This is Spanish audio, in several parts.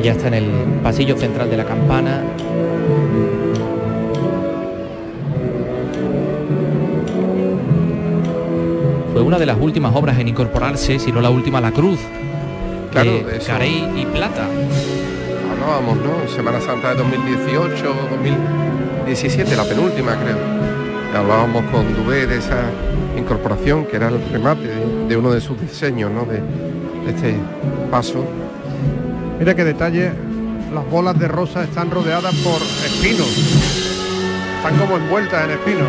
ya está en el pasillo central de la campana. Fue una de las últimas obras en incorporarse, si no la última, la cruz. Claro, de Carey y Plata. Hablábamos, ¿no? Semana Santa de 2018, 2017, la penúltima, creo. Hablábamos con Dubé de esa incorporación, que era el remate de uno de sus diseños, ¿no? De este paso. Mira qué detalle, las bolas de rosa están rodeadas por espinos. Están como envueltas en espinos.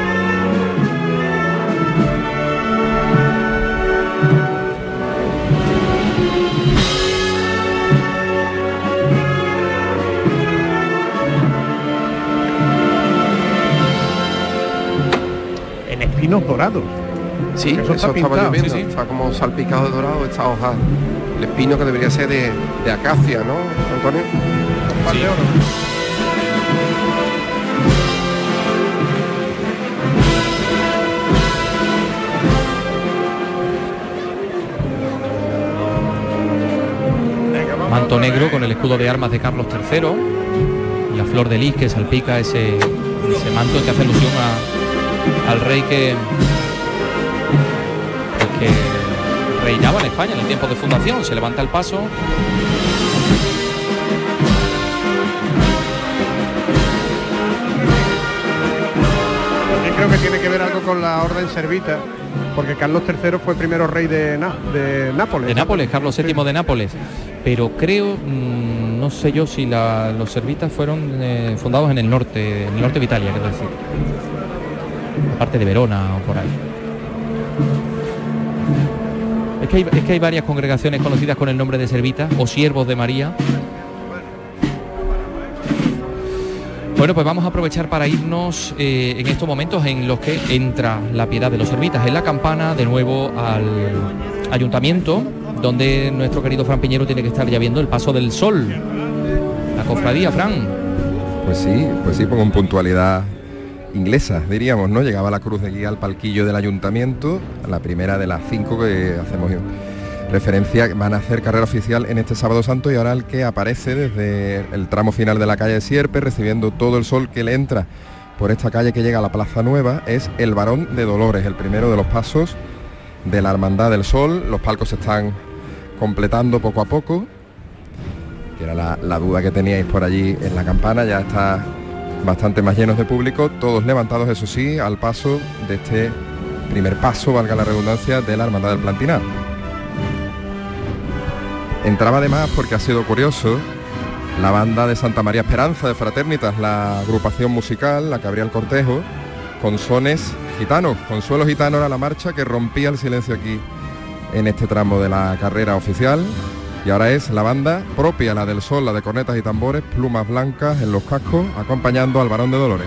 Espinos dorados. Sí, eso estaba yo viendo, sí. Está como salpicado de dorado esta hoja. El espino que debería ser de acacia, ¿no, Antonio? Sí. De oro. Manto negro con el escudo de armas de Carlos III, la flor de lis que salpica ese manto que hace alusión al rey que reinaba en España en el tiempo de fundación. Se levanta el paso. Yo creo que tiene que ver algo con la orden servita, porque Carlos III fue primero rey de Nápoles. De Nápoles, Carlos VII de Nápoles. Pero creo, no sé yo si los servitas fueron fundados en el norte de Italia, quiero decir. Parte de Verona o por ahí. Es que hay varias congregaciones conocidas con el nombre de servitas o siervos de María. Bueno, pues vamos a aprovechar para irnos en estos momentos en los que entra la Piedad de los Servitas en la campana, de nuevo al ayuntamiento, donde nuestro querido Fran Piñero tiene que estar ya viendo el paso del sol. La cofradía, Fran. Pues sí, con puntualidad inglesa, diríamos, ¿no? Llegaba la cruz de guía al palquillo del ayuntamiento, la primera de las 5 que hacemos referencia. Van a hacer carrera oficial en este Sábado Santo, y ahora el que aparece desde el tramo final de la calle de Sierpe, recibiendo todo el sol que le entra por esta calle que llega a la Plaza Nueva, es el Barón de Dolores, el primero de los pasos de la Hermandad del Sol. Los palcos se están completando poco a poco, que era la duda que teníais por allí en la campana. Ya está bastante más llenos de público, todos levantados, eso sí, al paso de este primer paso, valga la redundancia, de la Hermandad del Plantinar. Entraba además, porque ha sido curioso, la banda de Santa María Esperanza de Fraternitas, la agrupación musical, la que abría el cortejo, con sones gitanos. Consuelo Gitano era la marcha que rompía el silencio aquí en este tramo de la carrera oficial. Y ahora es la banda propia, la del Sol, la de cornetas y tambores, plumas blancas en los cascos, acompañando al Barón de Dolores.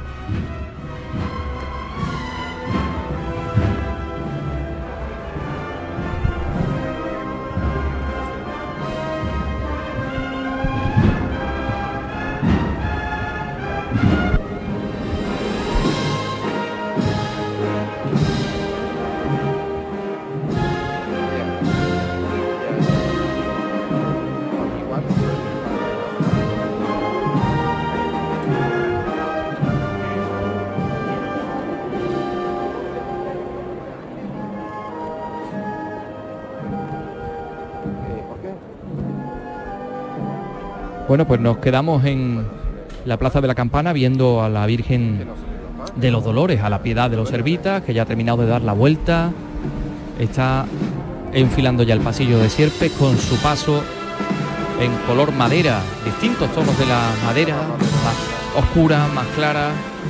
Bueno, pues nos quedamos en la Plaza de la Campana viendo a la Virgen de los Dolores, a la Piedad de los Servitas, que ya ha terminado de dar la vuelta. Está enfilando ya el pasillo de Sierpe con su paso en color madera, distintos tonos de la madera, más oscura, más clara,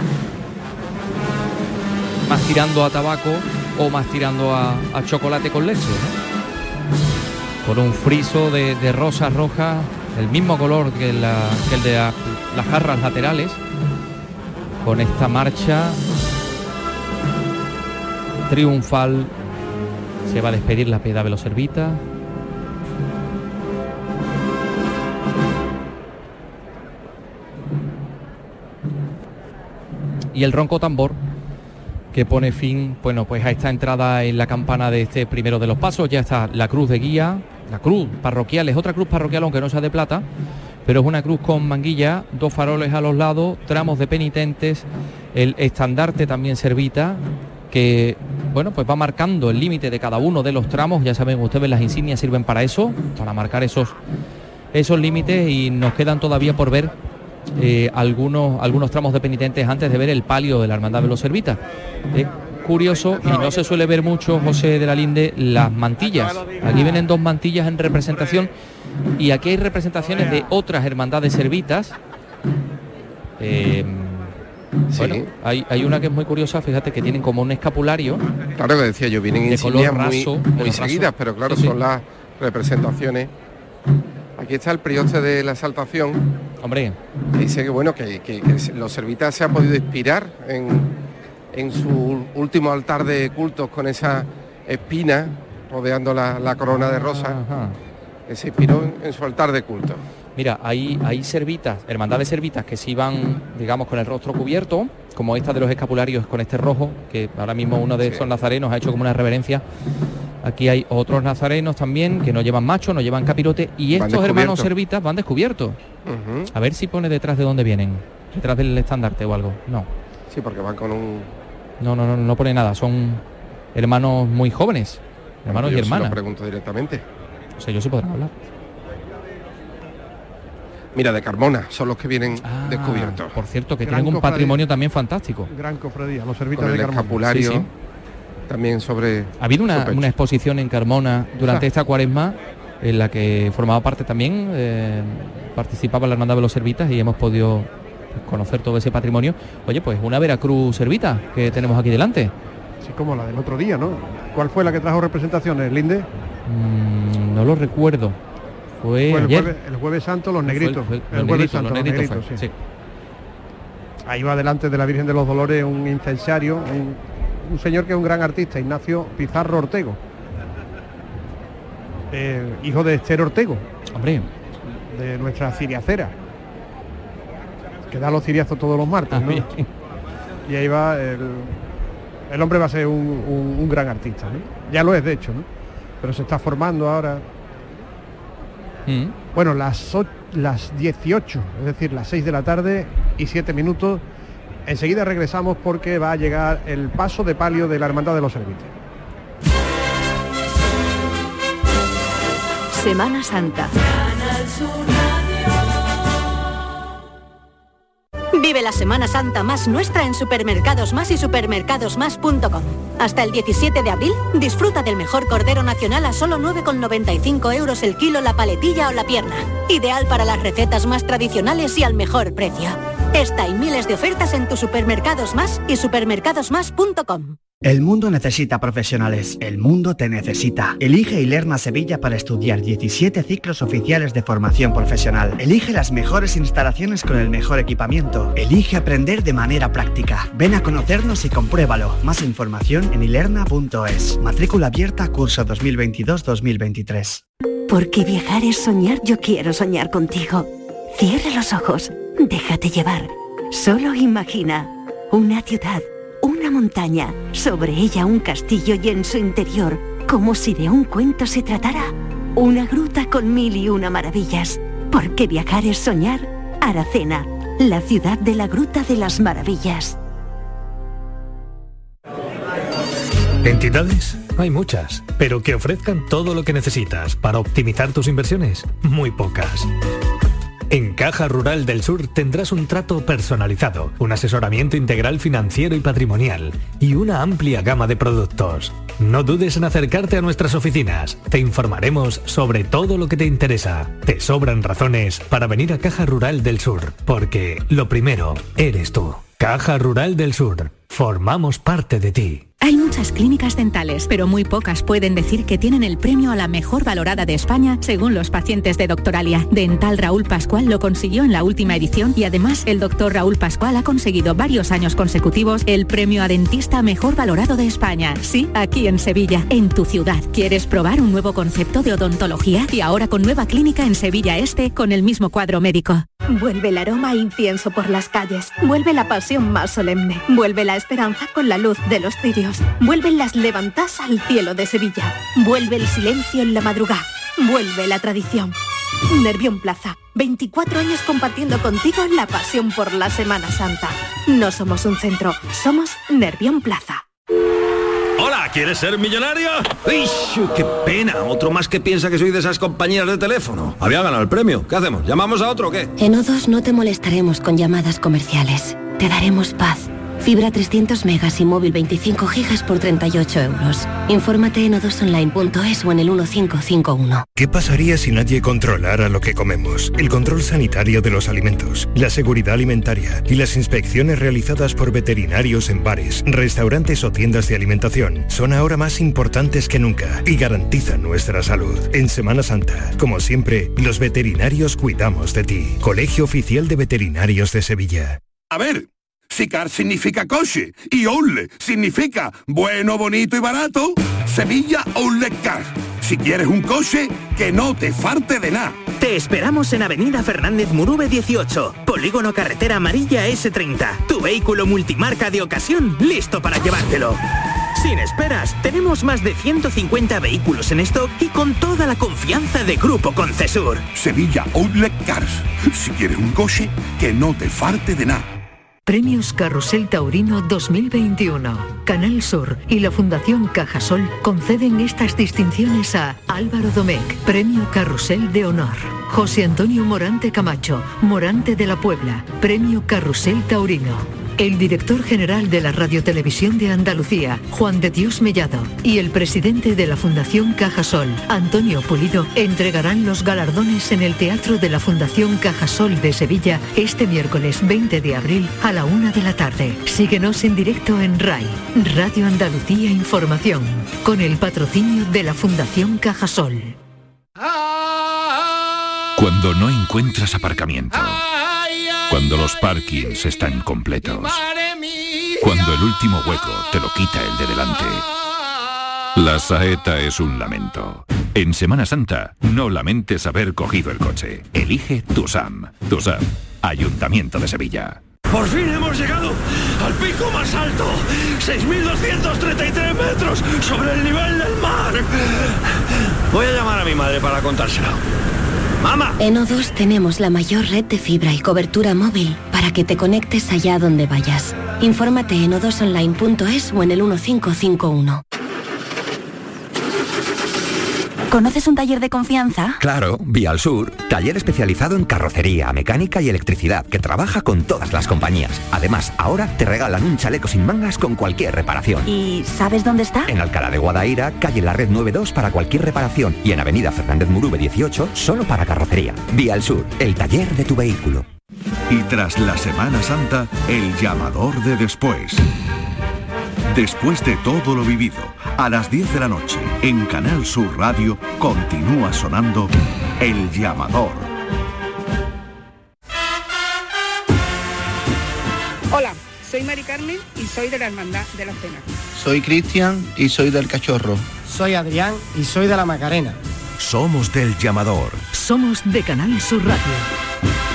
más tirando a tabaco o más tirando a chocolate con leche, ¿no? Con un friso de rosas rojas, el mismo color que el de las jarras laterales. Con esta marcha triunfal se va a despedir la Piedad de los Servitas. Y el ronco tambor que pone fin, bueno, pues a esta entrada en la campana de este primero de los pasos. Ya está la cruz de guía la cruz parroquial es otra cruz parroquial, aunque no sea de plata, pero es una cruz con manguilla, 2 faroles a los lados, tramos de penitentes, el estandarte también servita, que bueno, pues va marcando el límite de cada uno de los tramos. Ya saben ustedes, las insignias sirven para eso, para marcar esos límites, y nos quedan todavía por ver algunos tramos de penitentes antes de ver el palio de la Hermandad de los Servitas. Es curioso, y no se suele ver mucho, José de la Linde, las mantillas. Aquí vienen 2 mantillas en representación, y aquí hay representaciones de otras hermandades servitas. Bueno, hay una que es muy curiosa, fíjate, que tienen como un escapulario. Claro, que decía yo, vienen insignias muy seguidas, raso, pero claro, sí. Son las representaciones. Aquí está el prioste de la Exaltación. Hombre, Dice que bueno, que los servitas se han podido inspirar en su último altar de cultos con esa espina rodeando la corona de rosas. Ajá. Que se inspiró en su altar de culto. Mira, hay servitas, hermandades servitas que sí van, digamos, con el rostro cubierto, como esta de los escapularios con este rojo, que ahora mismo uno de esos nazarenos ha hecho como una reverencia. Aquí hay otros nazarenos también que no llevan macho, no llevan capirote, y estos hermanos servitas van descubiertos. Uh-huh. A ver si pone detrás de dónde vienen, detrás del estandarte o algo. No. Sí, porque van con un... No pone nada, son hermanos muy jóvenes, hermanos y hermanas. Yo lo pregunto directamente. O sea, ellos sí podrán hablar. Mira, de Carmona son los que vienen descubiertos. Por cierto, que Gran tienen un cofradía. Patrimonio también fantástico. Gran cofradía, los servitas Con de el Carmona. escapulario. Sí. También sobre... Ha habido su pecho. una exposición en Carmona durante esta cuaresma, en la que formaba parte también, participaba la Hermandad de los Servitas, y hemos podido conocer todo ese patrimonio. Oye, pues una Veracruz Servita que tenemos aquí delante. Sí, como la del otro día, ¿no? ¿Cuál fue la que trajo representaciones, Linde? No lo recuerdo. Fue ayer. El jueves santo, los negritos. Fue El jueves santo, los negritos, fue, sí. sí. Ahí va delante de la Virgen de los Dolores un incensario, un señor que es un gran artista, Ignacio Pizarro Ortego, hijo de Esther Ortego, Hombre, de nuestra ciriacera, que da los ciriazos todos los martes, ¿no? bien. Y ahí va el hombre, va a ser un gran artista, ¿no? Ya lo es, de hecho, ¿no? Pero se está formando ahora. Bueno, las 18, es decir, las 6 de la tarde y 7 minutos. Enseguida regresamos porque va a llegar el paso de palio de la Hermandad de los Servites. Semana Santa. Vive la Semana Santa más nuestra en Supermercados Más y supermercadosmás.com. Hasta el 17 de abril, disfruta del mejor cordero nacional a solo 9,95 euros el kilo, la paletilla o la pierna. Ideal para las recetas más tradicionales y al mejor precio. Esta y miles de ofertas en tu Supermercados Más y supermercadosmás.com. El mundo necesita profesionales. El mundo te necesita. Elige Ilerna Sevilla para estudiar 17 ciclos oficiales de formación profesional. Elige las mejores instalaciones con el mejor equipamiento. Elige aprender de manera práctica. Ven a conocernos y compruébalo. Más información en ilerna.es. Matrícula abierta curso 2022-2023. Porque viajar es soñar, yo quiero soñar contigo. Cierra los ojos. Déjate llevar. Solo imagina una ciudad, una montaña, sobre ella un castillo y en su interior, como si de un cuento se tratara, una gruta con 1001 maravillas. Porque viajar es soñar. Aracena, la ciudad de la Gruta de las Maravillas. ¿Entidades? Hay muchas, pero que ofrezcan todo lo que necesitas para optimizar tus inversiones, muy pocas. En Caja Rural del Sur tendrás un trato personalizado, un asesoramiento integral financiero y patrimonial y una amplia gama de productos. No dudes en acercarte a nuestras oficinas. Te informaremos sobre todo lo que te interesa. Te sobran razones para venir a Caja Rural del Sur, porque lo primero eres tú. Caja Rural del Sur. Formamos parte de ti. Hay muchas clínicas dentales, pero muy pocas pueden decir que tienen el premio a la mejor valorada de España según los pacientes de Doctoralia. Dental Raúl Pascual lo consiguió en la última edición y además el doctor Raúl Pascual ha conseguido varios años consecutivos el premio a dentista mejor valorado de España. Sí, aquí en Sevilla, en tu ciudad. ¿Quieres probar un nuevo concepto de odontología? Y ahora con nueva clínica en Sevilla Este con el mismo cuadro médico. Vuelve el aroma a incienso por las calles. Vuelve la pasión más solemne. Vuelve la esperanza con la luz de los cirios. Vuelven las levantas al cielo de Sevilla. Vuelve el silencio en la madrugada. vuelve la tradición. Nervión Plaza, 24 años compartiendo contigo la pasión por la Semana Santa. No somos un centro, somos Nervión Plaza. Hola, ¿quieres ser millonario? ¡Uy, qué pena! Otro más que piensa que soy de esas compañías de teléfono. Había ganado el premio. ¿Qué hacemos? ¿Llamamos a otro o qué? En O2 no te molestaremos con llamadas comerciales. Te daremos paz. Fibra 300 megas y móvil 25 gigas por 38 euros. Infórmate en o2online.es o en el 1551. ¿Qué pasaría si nadie controlara lo que comemos? El control sanitario de los alimentos, la seguridad alimentaria y las inspecciones realizadas por veterinarios en bares, restaurantes o tiendas de alimentación son ahora más importantes que nunca y garantizan nuestra salud. En Semana Santa, como siempre, los veterinarios cuidamos de ti. Colegio Oficial de Veterinarios de Sevilla. A ver, si car significa coche y outlet significa bueno, bonito y barato, Sevilla Outlet Car. Si quieres un coche, que no te falte de nada. Te esperamos en Avenida Fernández Murube 18, Polígono Carretera Amarilla S30. Tu vehículo multimarca de ocasión listo para llevártelo. Sin esperas, tenemos más de 150 vehículos en stock y con toda la confianza de Grupo Concesur. Sevilla Outlet Cars. Si quieres un coche, que no te falte de nada. Premios Carrusel Taurino 2021. Canal Sur y la Fundación Cajasol conceden estas distinciones a Álvaro Domecq, Premio Carrusel de Honor. José Antonio Morante Camacho, Morante de la Puebla, Premio Carrusel Taurino. El director general de la Radiotelevisión de Andalucía, Juan de Dios Mellado, y el presidente de la Fundación Cajasol, Antonio Pulido, entregarán los galardones en el Teatro de la Fundación Cajasol de Sevilla este miércoles 20 de abril a la 1 de la tarde. Síguenos en directo en RAI, Radio Andalucía Información, con el patrocinio de la Fundación Cajasol. Cuando no encuentras aparcamiento, cuando los parkings están completos, cuando el último hueco te lo quita el de delante, la saeta es un lamento. En Semana Santa, no lamentes haber cogido el coche. Elige TUSAM. TUSAM, Ayuntamiento de Sevilla. Por fin hemos llegado al pico más alto, 6.233 metros sobre el nivel del mar. Voy a llamar a mi madre para contárselo. ¡Mamá! En O2 tenemos la mayor red de fibra y cobertura móvil para que te conectes allá donde vayas. Infórmate en o2online.es o en el 1551. ¿Conoces un taller de confianza? Claro, Vialsur, taller especializado en carrocería, mecánica y electricidad, que trabaja con todas las compañías. Además, ahora te regalan un chaleco sin mangas con cualquier reparación. ¿Y sabes dónde está? En Alcalá de Guadaira, calle La Red 92 para cualquier reparación y en Avenida Fernández Murube 18 solo para carrocería. Vialsur, el taller de tu vehículo. Y tras la Semana Santa, el llamador de después. Después de todo lo vivido, a las 10 de la noche, en Canal Sur Radio, continúa sonando El Llamador. Hola, soy Mari Carmen y soy de la Hermandad de la Cena. Soy Cristian y soy del Cachorro. Soy Adrián y soy de la Macarena. Somos del Llamador. Somos de Canal Sur Radio.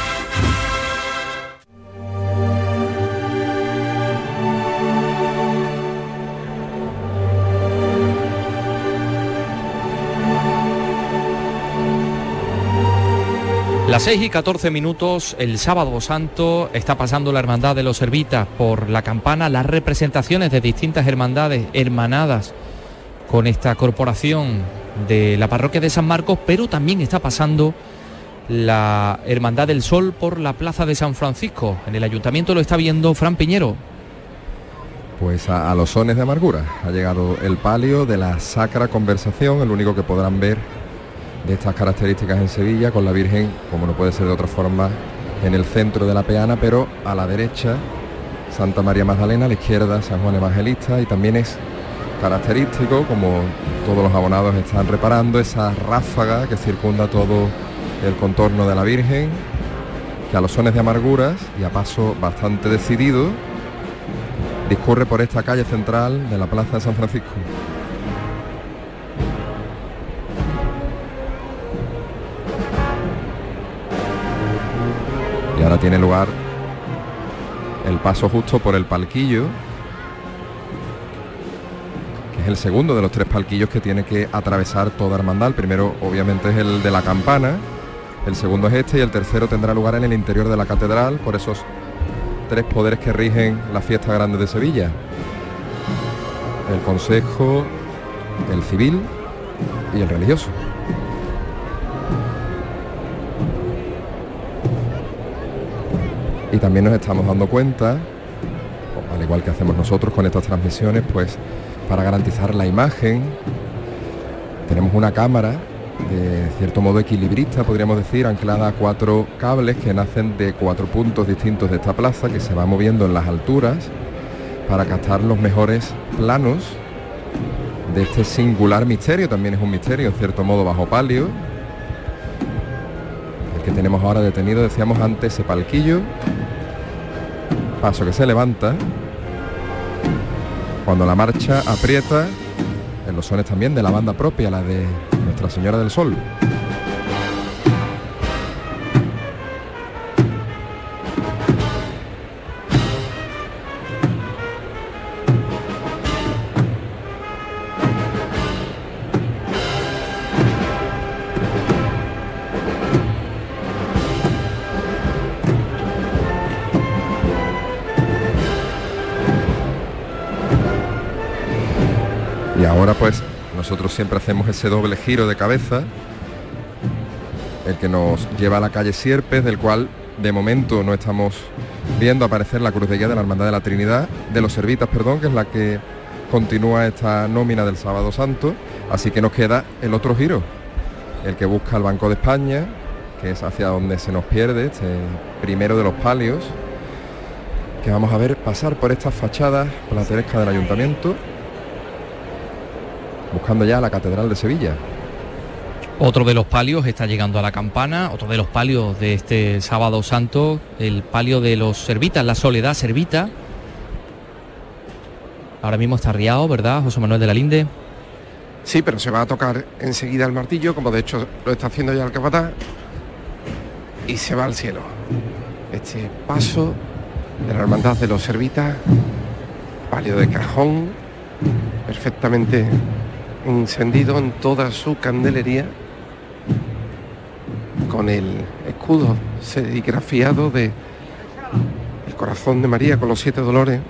Las 6:14, el Sábado Santo, está pasando la Hermandad de los Servitas por la campana, las representaciones de distintas hermandades hermanadas con esta corporación de la parroquia de San Marcos, pero también está pasando la Hermandad del Sol por la Plaza de San Francisco. En el Ayuntamiento lo está viendo Fran Piñero. Pues a los sones de amargura ha llegado el palio de la Sacra Conversación, el único que podrán ver de estas características en Sevilla, con la Virgen, como no puede ser de otra forma, en el centro de la peana, pero a la derecha Santa María Magdalena, a la izquierda San Juan Evangelista, y también es característico, como todos los abonados están reparando, esa ráfaga que circunda todo el contorno de la Virgen, que a los sones de amarguras y a paso bastante decidido discurre por esta calle central de la Plaza de San Francisco. Y ahora tiene lugar el paso justo por el palquillo, que es el segundo de los 3 palquillos que tiene que atravesar toda hermandad. El primero obviamente es el de la campana, el segundo es este y el tercero tendrá lugar en el interior de la catedral por esos 3 poderes que rigen la fiesta grande de Sevilla: el consejo, el civil y el religioso. Y también nos estamos dando cuenta, al igual que hacemos nosotros con estas transmisiones, pues para garantizar la imagen tenemos una cámara de cierto modo equilibrista, podríamos decir, anclada a 4 cables que nacen de 4 puntos distintos de esta plaza, que se va moviendo en las alturas para captar los mejores planos de este singular misterio. También es un misterio en cierto modo bajo palio, el que tenemos ahora detenido, decíamos antes, ese palquillo, paso que se levanta cuando la marcha aprieta, en los sones también de la banda propia, la de Nuestra Señora del Sol. Y ahora pues nosotros siempre hacemos ese doble giro de cabeza, el que nos lleva a la calle Sierpes, del cual de momento no estamos viendo aparecer la cruz de guía de la Hermandad de la Trinidad, de los Servitas, perdón, que es la que continúa esta nómina del Sábado Santo. Así que nos queda el otro giro, el que busca el Banco de España, que es hacia donde se nos pierde este primero de los palios, que vamos a ver pasar por estas fachadas platerescas del Ayuntamiento, buscando ya la Catedral de Sevilla. Otro de los palios está llegando a la campana, otro de los palios de este Sábado Santo, el palio de los Servitas, la Soledad Servita. Ahora mismo está arriado, ¿verdad, José Manuel de la Linde? Sí, pero se va a tocar enseguida el martillo, como de hecho lo está haciendo ya el capataz, y se va al cielo. Este paso de la Hermandad de los Servitas, palio de cajón, perfectamente encendido en toda su candelería, con el escudo serigrafiado de el corazón de María con los 7 dolores.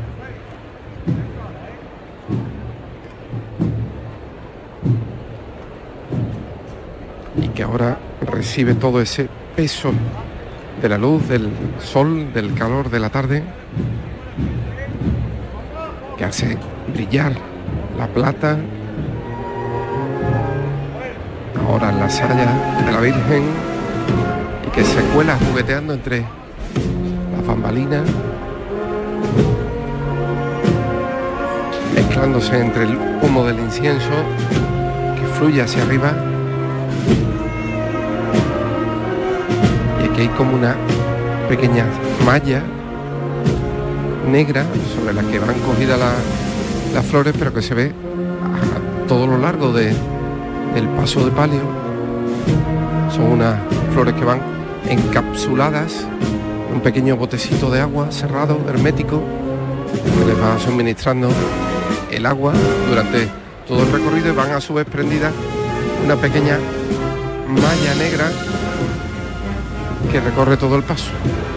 Y que ahora recibe todo ese peso de la luz, del sol, del calor de la tarde, que hace brillar la plata ahora en la saya de la Virgen, y que se cuela jugueteando entre las bambalinas, mezclándose entre el humo del incienso que fluye hacia arriba, y aquí hay como una pequeña malla negra sobre la que van cogidas las flores, pero que se ve a todo lo largo del paso de palio. Son unas flores que van encapsuladas en un pequeño botecito de agua cerrado, hermético, que les va suministrando el agua durante todo el recorrido, y van a su vez prendidas una pequeña malla negra que recorre todo el paso.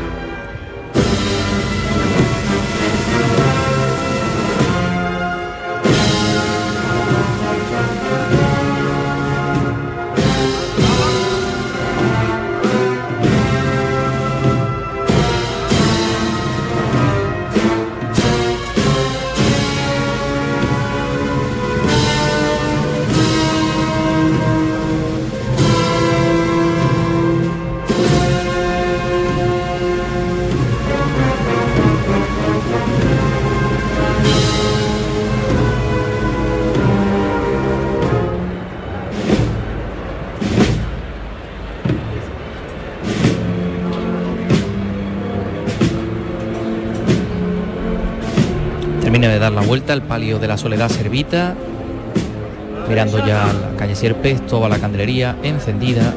Termina de dar la vuelta el palio de la Soledad Servita, mirando ya la calle Sierpes, toda la candelería encendida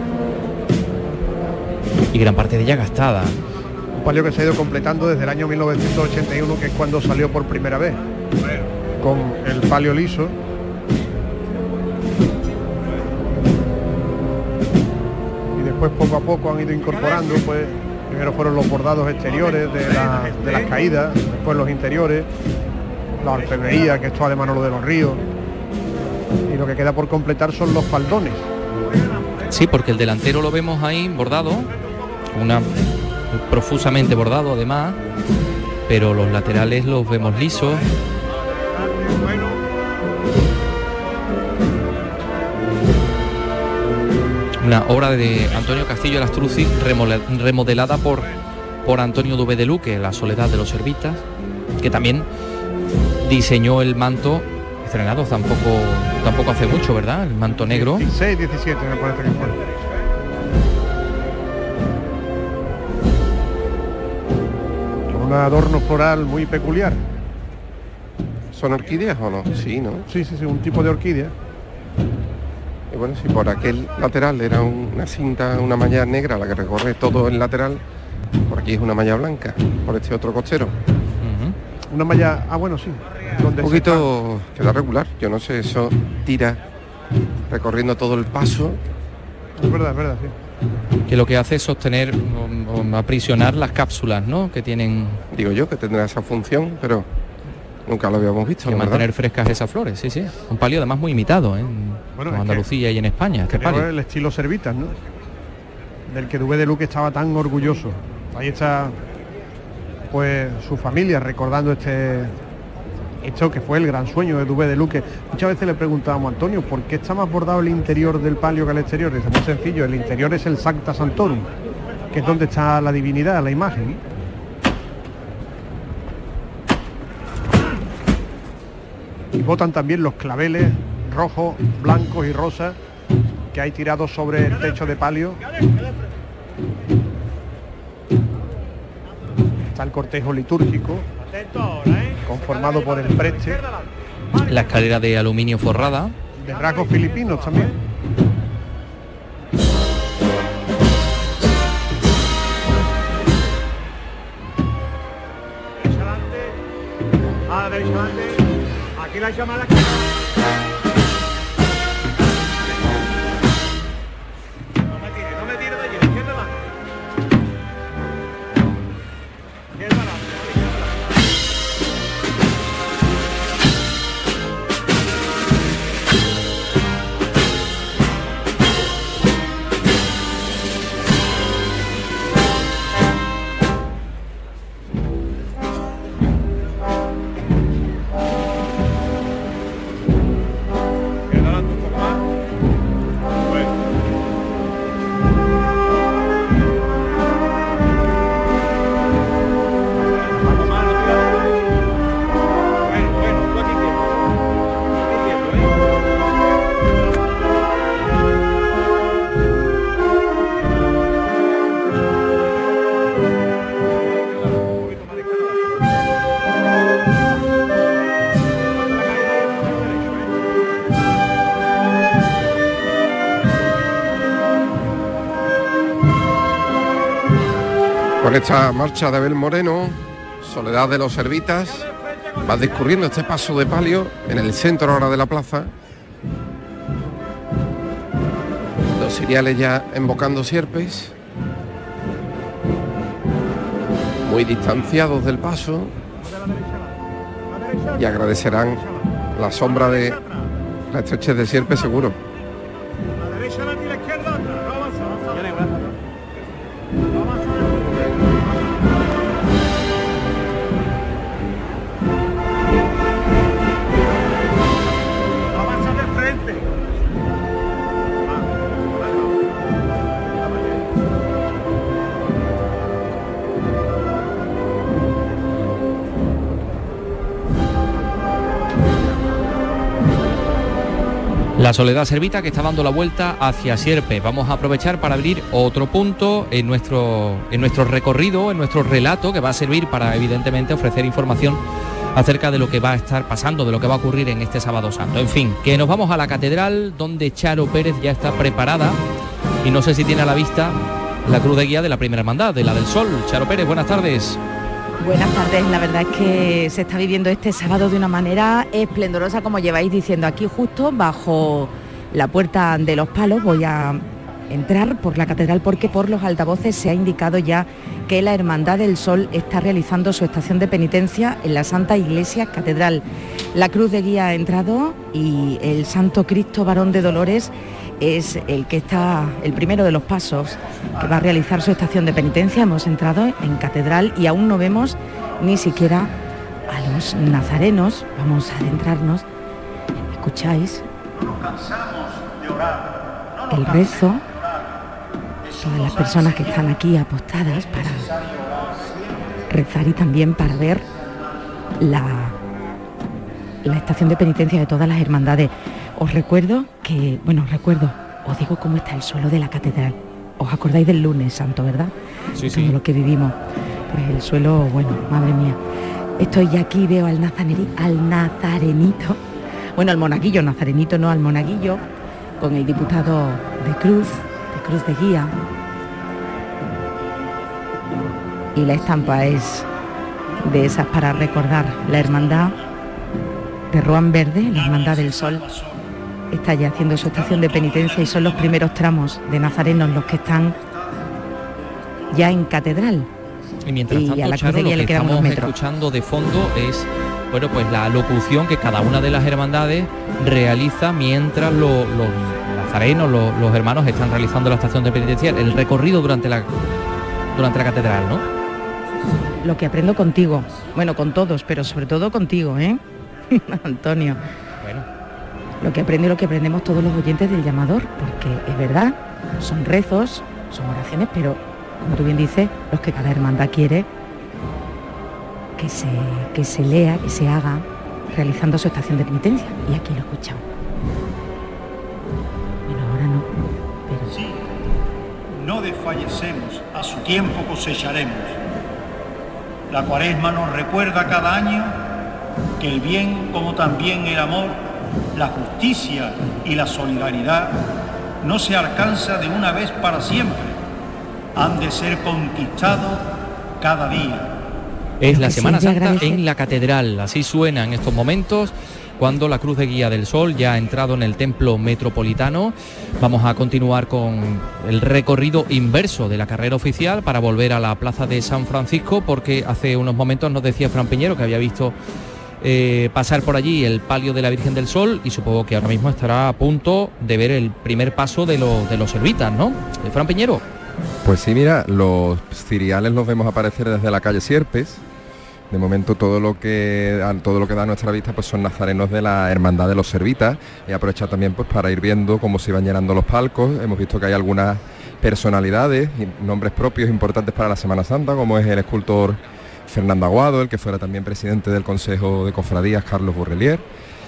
y gran parte de ella gastada. Un palio que se ha ido completando desde el año 1981, que es cuando salió por primera vez. con el palio liso. Y después poco a poco han ido incorporando, pues primero fueron los bordados exteriores de las caídas, después los interiores, la orfebrería, que esto además lo de los Ríos, y lo que queda por completar son los faldones. Sí, porque el delantero lo vemos ahí bordado, profusamente bordado además, pero los laterales los vemos lisos. Una obra de Antonio Castillo Lastruzzi remodelada por Antonio Dubé de Luque, La soledad de los servitas, que también diseñó el manto estrenado tampoco hace mucho, ¿verdad? El manto negro. 16, 17 me parece que fue. Con un adorno floral muy peculiar. ¿Son orquídeas o no? Sí, ¿no? Sí, un tipo de orquídea. Y bueno, si por aquel lateral era una cinta, una malla negra la que recorre todo el lateral, por aquí es una malla blanca, por este otro costero. Una malla, bueno, sí. Un poquito queda regular, yo no sé, eso tira recorriendo todo el paso. Es verdad, sí. Que lo que hace es sostener o aprisionar las cápsulas, ¿no? Que tienen... Digo yo que tendrá esa función, pero nunca lo habíamos visto. Que mantener frescas esas flores, sí. Un palio además muy imitado en Andalucía y en España. Este palio. El estilo Servitas, ¿no? Del que Dubé de Luque estaba tan orgulloso. Ahí está, pues, su familia recordando esto que fue el gran sueño de Dubé de Luque. Muchas veces le preguntábamos a Antonio, ¿por qué está más bordado el interior del palio que el exterior? Es muy sencillo, el interior es el Sancta Sanctorum, que es donde está la divinidad, la imagen. Y botan también los claveles rojos, blancos y rosas que hay tirados sobre el techo de palio. Está el cortejo litúrgico conformado por el preste, la escalera de aluminio forrada, de rasgos filipinos también. Aquí la llamada. No me tire de allí, izquierda adelante. Con esta marcha de Abel Moreno, Soledad de los Servitas, va discurriendo este paso de palio en el centro ahora de la plaza. Los ciriales ya embocando sierpes, muy distanciados del paso, y agradecerán la sombra de la estrechez de sierpes seguro. La Soledad Servita, que está dando la vuelta hacia Sierpe. Vamos a aprovechar para abrir otro punto en nuestro recorrido, en nuestro relato, que va a servir para, evidentemente, ofrecer información acerca de lo que va a estar pasando, de lo que va a ocurrir en este Sábado Santo. En fin, que nos vamos a la catedral, donde Charo Pérez ya está preparada, y no sé si tiene a la vista la cruz de guía de la Primera Hermandad, de la del Sol. Charo Pérez, buenas tardes. Buenas tardes, la verdad es que se está viviendo este sábado de una manera esplendorosa, como lleváis diciendo. Aquí justo bajo la Puerta de los Palos voy a entrar por la catedral porque por los altavoces se ha indicado ya que la Hermandad del Sol está realizando su estación de penitencia en la Santa Iglesia Catedral. La cruz de guía ha entrado y el Santo Cristo Varón de Dolores es el que está, el primero de los pasos que va a realizar su estación de penitencia. Hemos entrado en catedral y aún no vemos ni siquiera a los nazarenos. Vamos a adentrarnos. ¿Escucháis el rezo? Todas las personas que están aquí apostadas para rezar y también para ver la estación de penitencia de todas las hermandades. Os recuerdo que, os digo cómo está el suelo de la catedral. ¿Os acordáis del lunes santo, verdad? Sí, todo lo que vivimos. Pues el suelo, madre mía. Estoy ya aquí, veo al nazarenito, al monaguillo, nazarenito no, al monaguillo, con el diputado de cruz de guía. Y la estampa es de esas para recordar la hermandad de Ruan Verde, la Hermandad del Sol. Está ya haciendo su estación de penitencia y son los primeros tramos de nazarenos los que están ya en catedral. Y mientras tanto, a la Charo, cruz de guía le quedan unos estamos metros. escuchando de fondo es la locución que cada una de las hermandades realiza mientras los nazarenos, los hermanos están realizando la estación de penitencia, el recorrido durante la catedral, ¿no? Lo que aprendo contigo, con todos, pero sobre todo contigo, Antonio. Lo que aprendo y lo que aprendemos todos los oyentes del llamador, porque es verdad, son rezos, son oraciones, pero como tú bien dices, los que cada hermandad quiere que se lea, que se haga realizando su estación de penitencia. Y aquí lo escuchamos. Ahora no, pero sí, no desfallecemos, a su tiempo cosecharemos. La Cuaresma nos recuerda cada año que el bien, como también el amor, la justicia y la solidaridad no se alcanza de una vez para siempre, han de ser conquistados cada día. Es la Semana Santa en la catedral, así suena en estos momentos cuando la Cruz de Guía del Sol ya ha entrado en el templo metropolitano. Vamos a continuar con el recorrido inverso de la carrera oficial para volver a la plaza de San Francisco, porque hace unos momentos nos decía Fran Piñero que había visto pasar por allí el palio de la Virgen del Sol y supongo que ahora mismo estará a punto de ver el primer paso de los servitas, ¿no? Fran Piñero. Pues sí, mira, los ciriales los vemos aparecer desde la calle Sierpes. De momento todo lo que da a nuestra vista pues son nazarenos de la Hermandad de los Servitas. Y aprovecha también pues para ir viendo cómo se van llenando los palcos. Hemos visto que hay algunas personalidades y nombres propios importantes para la Semana Santa, como es el escultor Fernando Aguado, el que fuera también presidente del Consejo de Cofradías, Carlos Borrelier.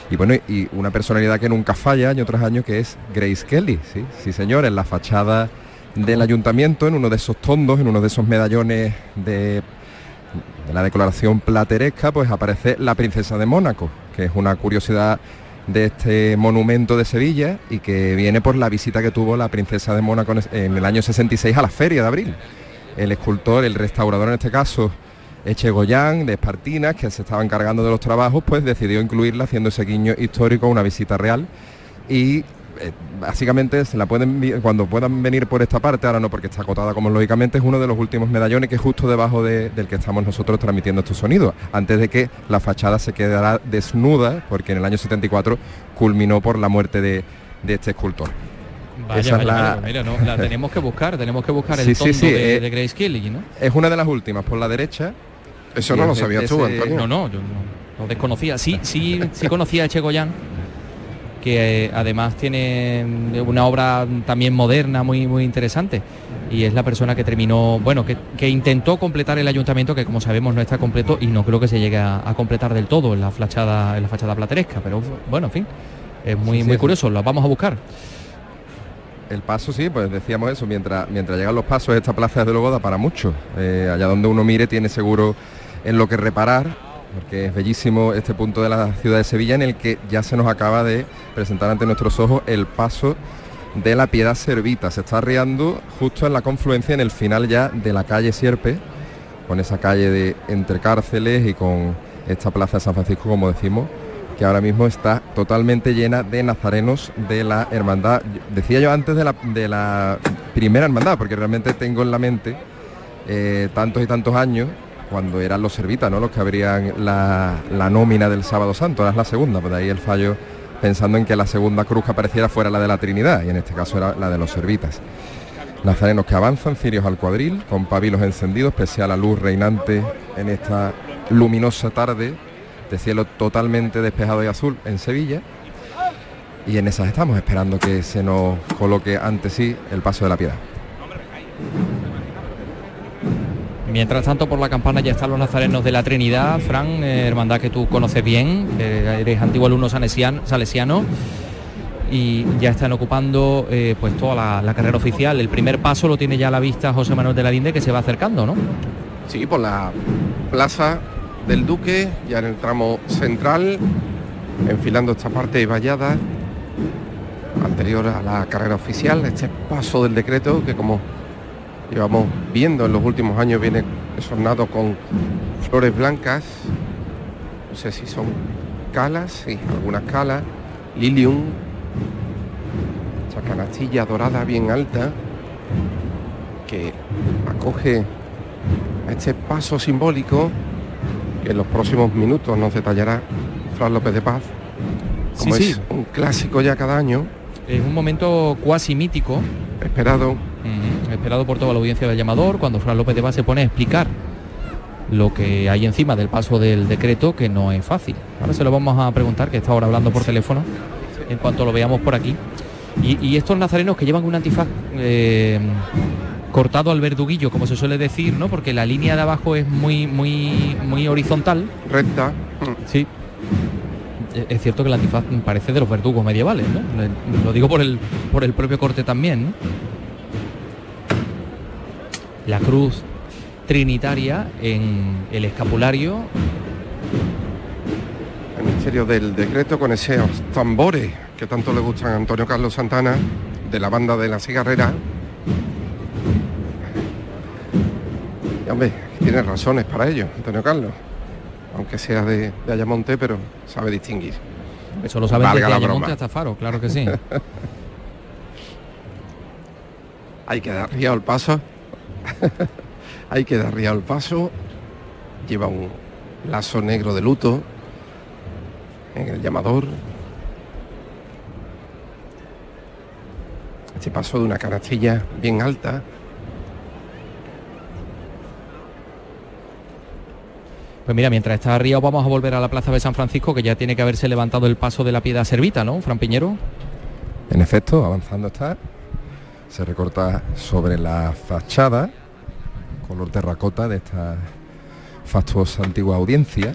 Y una personalidad que nunca falla año tras año, que es Grace Kelly, sí señor, en la fachada del ayuntamiento, en uno de esos tondos, en uno de esos medallones de la decoración plateresca, pues aparece la princesa de Mónaco, que es una curiosidad de este monumento de Sevilla y que viene por la visita que tuvo la princesa de Mónaco en el año 66 a la Feria de Abril. El escultor, el restaurador en este caso, Echegoyen de Espartinas, que se estaba encargando de los trabajos, pues decidió incluirla haciendo ese guiño histórico a una visita real y básicamente se la cuando puedan venir por esta parte, ahora no porque está acotada como lógicamente, es uno de los últimos medallones que es justo debajo del que estamos nosotros transmitiendo estos sonidos, antes de que la fachada se quedara desnuda, porque en el año 74 culminó por la muerte de este escultor. Mira, no, la tenemos que buscar el tondo de Grace Kelly, ¿no? Es una de las últimas, por la derecha. Eso no lo sabías tú, Antonio. No, yo no lo desconocía. Sí conocía a Echegoyen, que además tiene una obra también moderna muy interesante, y es la persona que terminó, que intentó completar el ayuntamiento, que como sabemos no está completo y no creo que se llegue a completar del todo en la fachada plateresca, pero en fin, es muy curioso, lo vamos a buscar. El paso, sí, pues decíamos eso, mientras llegan los pasos, esta plaza desde luego da para mucho. Allá donde uno mire tiene seguro en lo que reparar, porque es bellísimo este punto de la ciudad de Sevilla en el que ya se nos acaba de presentar ante nuestros ojos el paso de la Piedad Servita. Se está arriando justo en la confluencia, en el final ya de la calle Sierpe, con esa calle de entre cárceles y con esta plaza de San Francisco, como decimos, que ahora mismo está totalmente llena de nazarenos de la hermandad. Decía yo antes de la primera hermandad, porque realmente tengo en la mente tantos y tantos años cuando eran los servitas, ¿no?, los que abrían la nómina del Sábado Santo. Ahora es la segunda, pues de ahí el fallo, pensando en que la segunda cruz que apareciera fuera la de la Trinidad, y en este caso era la de los servitas. Nazarenos que avanzan, cirios al cuadril, con pabilos encendidos, pese a la luz reinante en esta luminosa tarde de cielo totalmente despejado y azul en Sevilla, y en esas estamos, esperando que se nos coloque ante sí el paso de la Piedad. Mientras tanto, por la campana ya están los nazarenos de la Trinidad. Fran, hermandad que tú conoces bien, eres antiguo alumno salesiano, y ya están ocupando pues toda la carrera oficial. El primer paso lo tiene ya a la vista José Manuel de la Linde, que se va acercando, ¿no? Sí, por la plaza del Duque, ya en el tramo central, enfilando esta parte vallada anterior a la carrera oficial, este paso del decreto que, como llevamos viendo en los últimos años, viene adornado con flores blancas, no sé si son calas, sí, algunas calas, lilium, esta canastilla dorada bien alta que acoge a este paso simbólico que en los próximos minutos nos detallará Fran López de Paz, como sí, es un clásico ya cada año. Es un momento cuasi mítico, esperado por toda la audiencia del llamador, cuando Fran López de Paz se pone a explicar lo que hay encima del paso del decreto, que no es fácil. Ahora se lo vamos a preguntar, que está ahora hablando por teléfono, en cuanto lo veamos por aquí. Y estos nazarenos que llevan un antifaz cortado al verduguillo, como se suele decir, ¿no? Porque la línea de abajo es muy horizontal. Recta. Sí. Es cierto que el antifaz parece de los verdugos medievales, ¿no? Lo digo por el propio corte también, ¿no? La cruz trinitaria en el escapulario. El misterio del decreto, con esos tambores que tanto le gustan a Antonio Carlos Santana, de la banda de la cigarrera. Y hombre, tiene razones para ello, Antonio Carlos, aunque sea de Ayamonte, pero sabe distinguir. Eso lo saben desde Ayamonte hasta Faro, claro que sí. Hay que dar riado el paso. Hay que dar riado el paso. Lleva un lazo negro de luto en el llamador. Este paso de una canastilla bien alta. Pues mira, mientras está arriba vamos a volver a la plaza de San Francisco, que ya tiene que haberse levantado el paso de la Piedad servita, ¿no, Fran Piñero? En efecto, avanzando está. Se recorta sobre la fachada, color terracota de esta fastuosa antigua audiencia,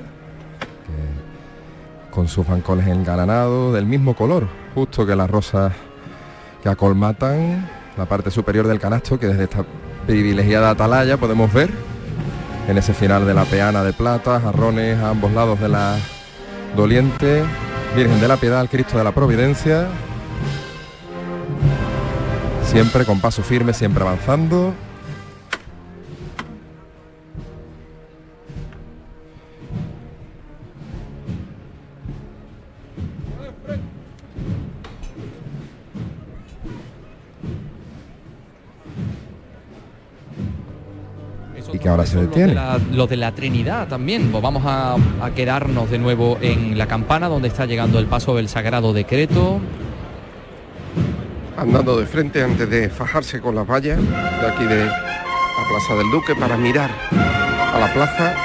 con sus bancones engalanados del mismo color, justo que las rosas que acolmatan la parte superior del canasto, que desde esta privilegiada atalaya podemos ver en ese final de la peana de plata, jarrones a ambos lados de la doliente, Virgen de la Piedad, al Cristo de la Providencia, siempre con paso firme, siempre avanzando. Y que ahora se detiene. Los de la Trinidad también. Pues vamos a quedarnos de nuevo en la campana, donde está llegando el paso del Sagrado Decreto. Andando de frente antes de fajarse con las vallas de aquí de la Plaza del Duque para mirar a la plaza.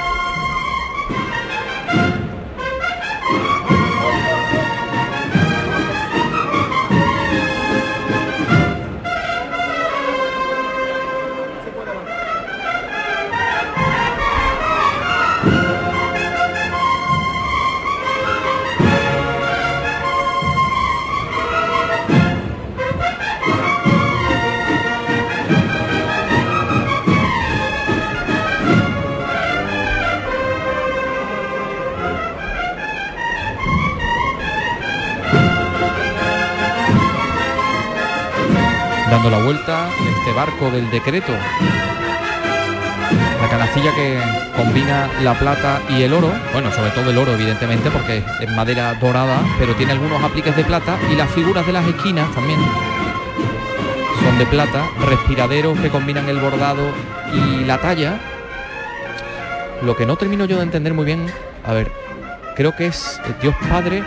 Dando la vuelta en este barco del decreto. La canastilla que combina la plata y el oro, bueno, sobre todo el oro evidentemente porque es madera dorada, pero tiene algunos apliques de plata, y las figuras de las esquinas también son de plata, respiraderos que combinan el bordado y la talla. Lo que no termino yo de entender muy bien, a ver, creo que es Dios Padre,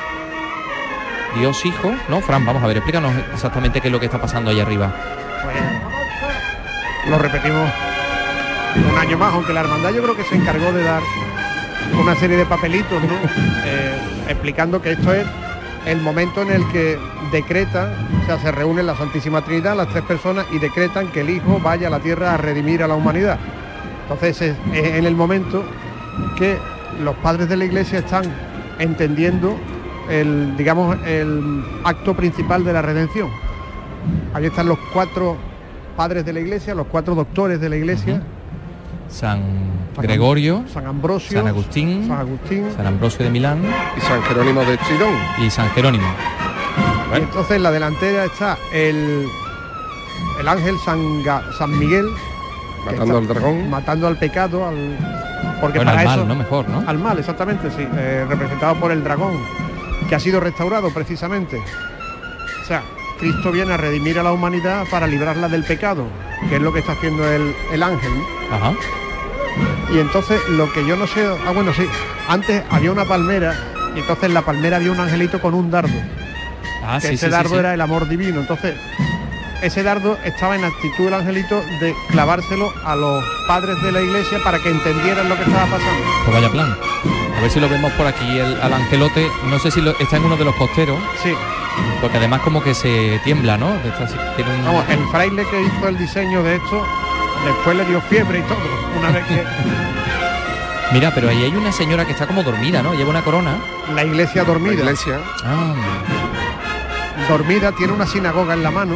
Dios Hijo, ¿no? Fran, vamos a ver, explícanos exactamente qué es lo que está pasando ahí arriba. Pues lo repetimos un año más, aunque la hermandad yo creo que se encargó de dar una serie de papelitos, ¿no? Explicando que esto es el momento en el que decretan, o sea, se reúnen la Santísima Trinidad, las tres personas, y decretan que el Hijo vaya a la tierra a redimir a la humanidad. Entonces es en el momento que los padres de la Iglesia están entendiendo el acto principal de la redención. Ahí están los 4 padres de la Iglesia, los 4 doctores de la Iglesia. San Gregorio, San Ambrosio, San Agustín, San Ambrosio de Milán y San Jerónimo de Tridón. Y San Jerónimo. Bueno. Y entonces en la delantera está el ángel San Miguel, matando al dragón, matando al pecado, porque bueno, para al eso, mal, ¿no? Mejor, ¿no? Al mal, exactamente, sí, representado por el dragón, que ha sido restaurado precisamente. O sea, Cristo viene a redimir a la humanidad para librarla del pecado, que es lo que está haciendo el ángel, ¿no? Ajá. Y entonces lo que yo no sé, bueno, sí, antes había una palmera, y entonces en la palmera había un angelito con un dardo. Que ese dardo era el amor divino. Entonces ese dardo estaba en actitud del angelito de clavárselo a los padres de la Iglesia para que entendieran lo que estaba pasando. Pues vaya plan. A ver si lo vemos por aquí al angelote. No sé si está en uno de los costeros. Sí. Porque además como que se tiembla, ¿no? Tiene un... Vamos, el fraile que hizo el diseño de esto, después le dio fiebre y todo, una vez que... Mira, pero ahí hay una señora que está como dormida, ¿no? Lleva una corona. La iglesia dormida. La iglesia. Ah. Dormida, tiene una sinagoga en la mano,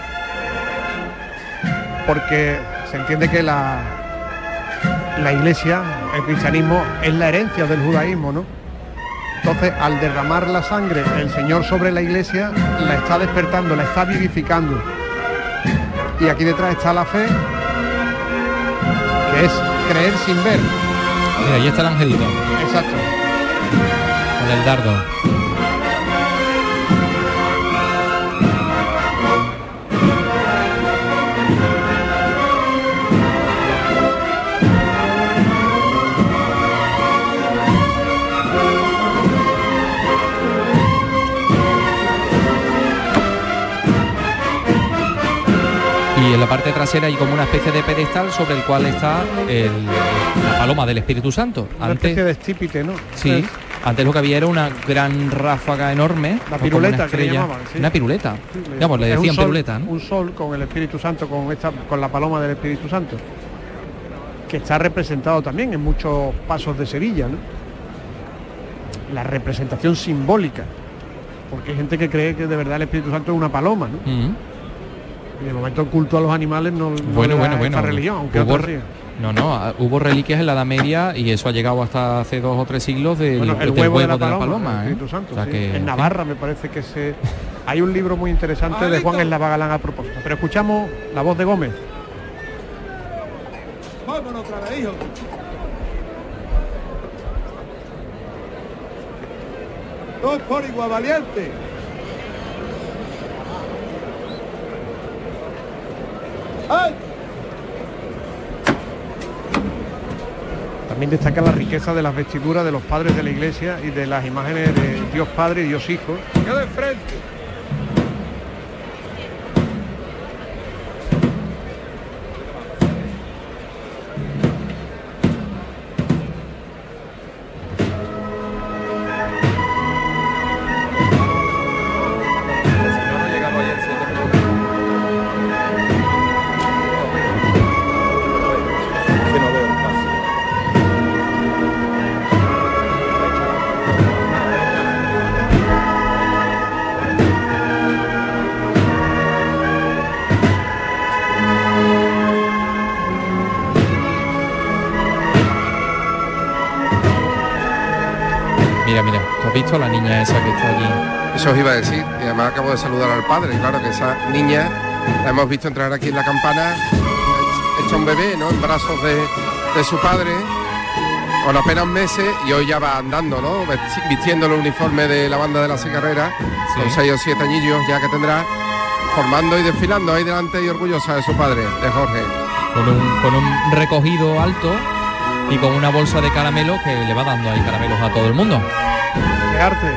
porque se entiende que la iglesia, el cristianismo, es la herencia del judaísmo, ¿no? Entonces, al derramar la sangre el Señor sobre la iglesia, la está despertando, la está vivificando. Y aquí detrás está la fe, que es creer sin ver. Mira, ahí está el angelito. Exacto. Con el dardo. Y en la parte trasera hay como una especie de pedestal sobre el cual está la paloma del Espíritu Santo. Una especie de estípite, ¿no? Sí. Antes lo que había era una gran ráfaga enorme. La piruleta, que le llamaban, sí. Una piruleta. Sí, digamos, le decían sol, piruleta, ¿no? Un sol con el Espíritu Santo, con la paloma del Espíritu Santo, que está representado también en muchos pasos de Sevilla, ¿no? La representación simbólica, porque hay gente que cree que de verdad el Espíritu Santo es una paloma, ¿no? Y de momento el culto a los animales no bueno. esta religión, aunque hubo reliquias en la Edad Media y eso ha llegado hasta hace 2 o 3 siglos del huevo de la paloma, el Espíritu Santo, o sea sí. que, en Navarra me parece que hay un libro muy interesante de Juan Eslavá Galán a propósito, pero escuchamos la voz de Gómez. Vámonos otra vez, hijo. Dos por igual, valiente. ¡Ay! También destaca la riqueza de las vestiduras de los padres de la iglesia y de las imágenes de Dios Padre y Dios Hijo. ¡Queda enfrente! Mira, ¿tú has visto a la niña esa que está allí? Eso os iba a decir, y además acabo de saludar al padre, y claro que esa niña la hemos visto entrar aquí en la campana, hecho un bebé, ¿no? En brazos de su padre, con apenas meses, y hoy ya va andando, ¿no? Vistiendo el uniforme de la banda de la Cigarrera, sí, con 6 o 7 añillos ya que tendrá, formando y desfilando ahí delante y orgullosa de su padre, de Jorge. Con un recogido alto y con una bolsa de caramelos que le va dando ahí caramelos a todo el mundo. ¡Qué arte!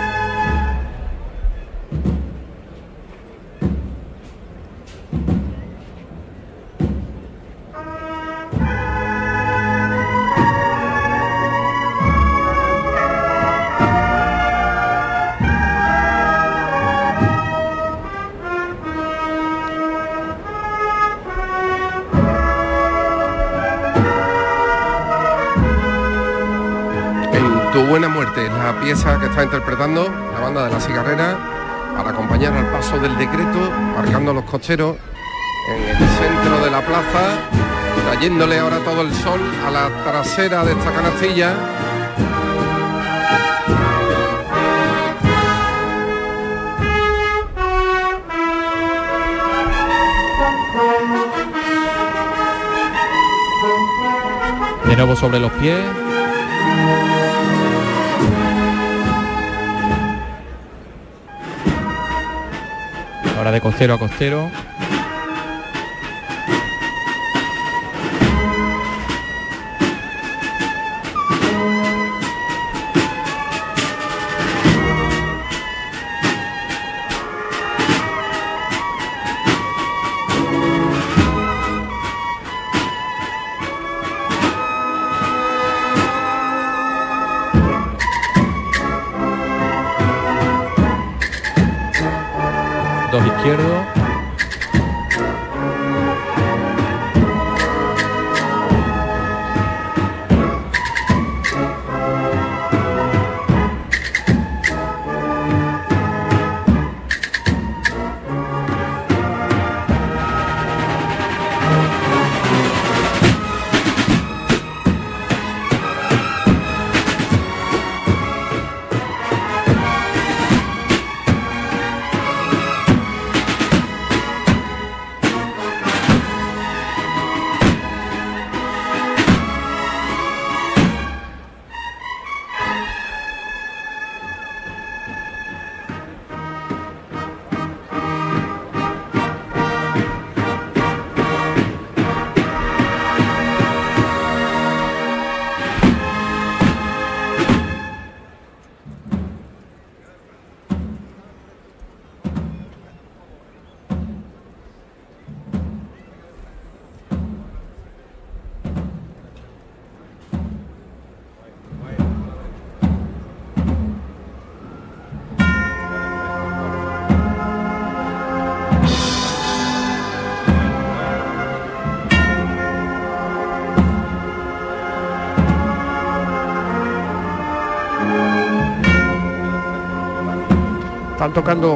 Tu buena muerte es la pieza que está interpretando la banda de la Cigarrera para acompañar al paso del decreto, marcando los cocheros en el centro de la plaza, trayéndole ahora todo el sol a la trasera de esta canastilla. De nuevo sobre los pies. Ahora de costero a costero. Dos izquierdos. Están tocando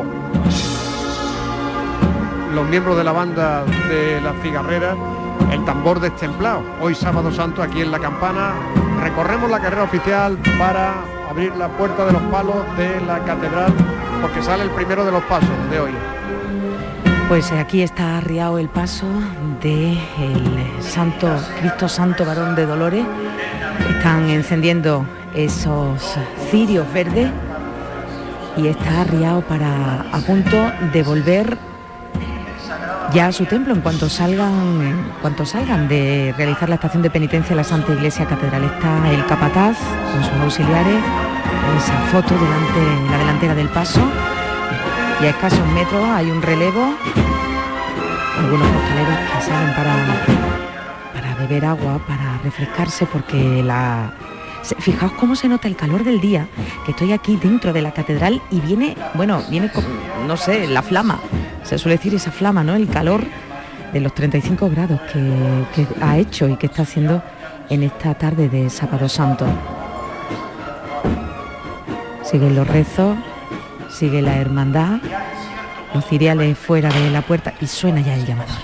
los miembros de la banda de la Cigarrera el tambor destemplado. Hoy sábado santo aquí en la Campana recorremos la carrera oficial para abrir la puerta de los palos de la catedral, porque sale el primero de los pasos de hoy. Pues aquí está arriado el paso del Santo Cristo Santo Varón de Dolores. Están encendiendo esos cirios verdes y está arriado para a punto de volver ya a su templo en cuanto salgan de realizar la estación de penitencia en la Santa Iglesia Catedral. Está el capataz con sus auxiliares en esa foto delante en la delantera del paso, y a escasos metros hay un relevo, algunos costaleros que salen para beber agua, para refrescarse, porque fijaos cómo se nota el calor del día, que estoy aquí dentro de la catedral y viene con, no sé, la flama, se suele decir esa flama, ¿no? El calor de los 35 grados que ha hecho y que está haciendo en esta tarde de Sábado Santo. Siguen los rezos, sigue la hermandad, los ciriales fuera de la puerta y suena ya el llamador.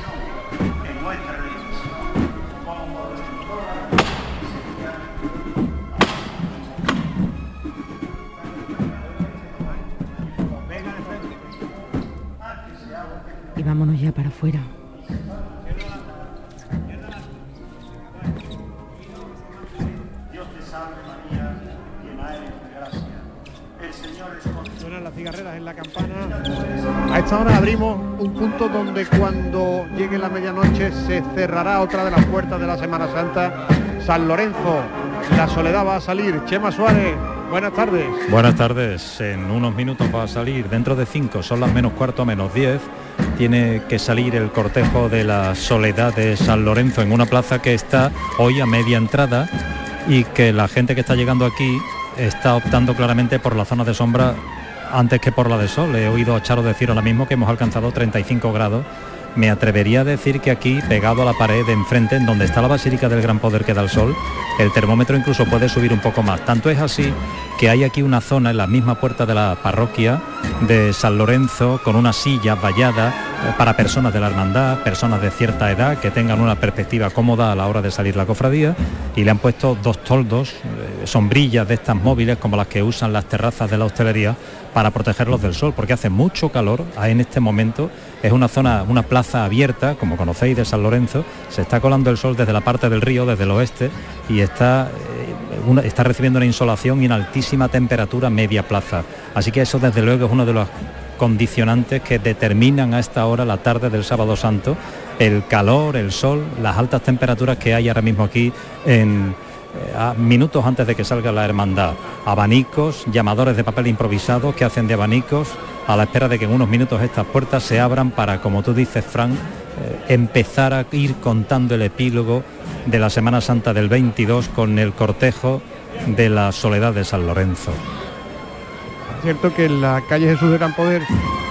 Y vámonos ya para afuera. suenan las cigarreras en la campana. A esta hora abrimos un punto donde cuando llegue la medianoche se cerrará otra de las puertas de la Semana Santa, San Lorenzo. La Soledad va a salir. Chema Suárez, buenas tardes. Buenas tardes. En unos minutos va a salir, dentro de 5, son las menos cuarto, menos 10. Tiene que salir el cortejo de la Soledad de San Lorenzo en una plaza que está hoy a media entrada y que la gente que está llegando aquí está optando claramente por la zona de sombra antes que por la de sol. He oído a Charo decir ahora mismo que hemos alcanzado 35 grados. Me atrevería a decir que aquí, pegado a la pared de enfrente, en donde está la Basílica del Gran Poder que da el sol, el termómetro incluso puede subir un poco más. Tanto es así que hay aquí una zona en la misma puerta de la parroquia de San Lorenzo con unas sillas valladas para personas de la hermandad, personas de cierta edad que tengan una perspectiva cómoda a la hora de salir la cofradía, y le han puesto 2 toldos, sombrillas de estas móviles como las que usan las terrazas de la hostelería para protegerlos del sol, porque hace mucho calor en este momento. Es una zona, una plaza abierta, como conocéis, de San Lorenzo. Se está colando el sol desde la parte del río, desde el oeste, y está recibiendo una insolación y una altísima temperatura media plaza. Así que eso desde luego es uno de los condicionantes que determinan a esta hora, la tarde del Sábado Santo, el calor, el sol, las altas temperaturas que hay ahora mismo aquí a minutos antes de que salga la hermandad. Abanicos, llamadores de papel improvisados que hacen de abanicos a la espera de que en unos minutos estas puertas se abran para, como tú dices, Fran, empezar a ir contando el epílogo de la Semana Santa del 22 con el cortejo de la Soledad de San Lorenzo. Es cierto que en la calle Jesús del Gran Poder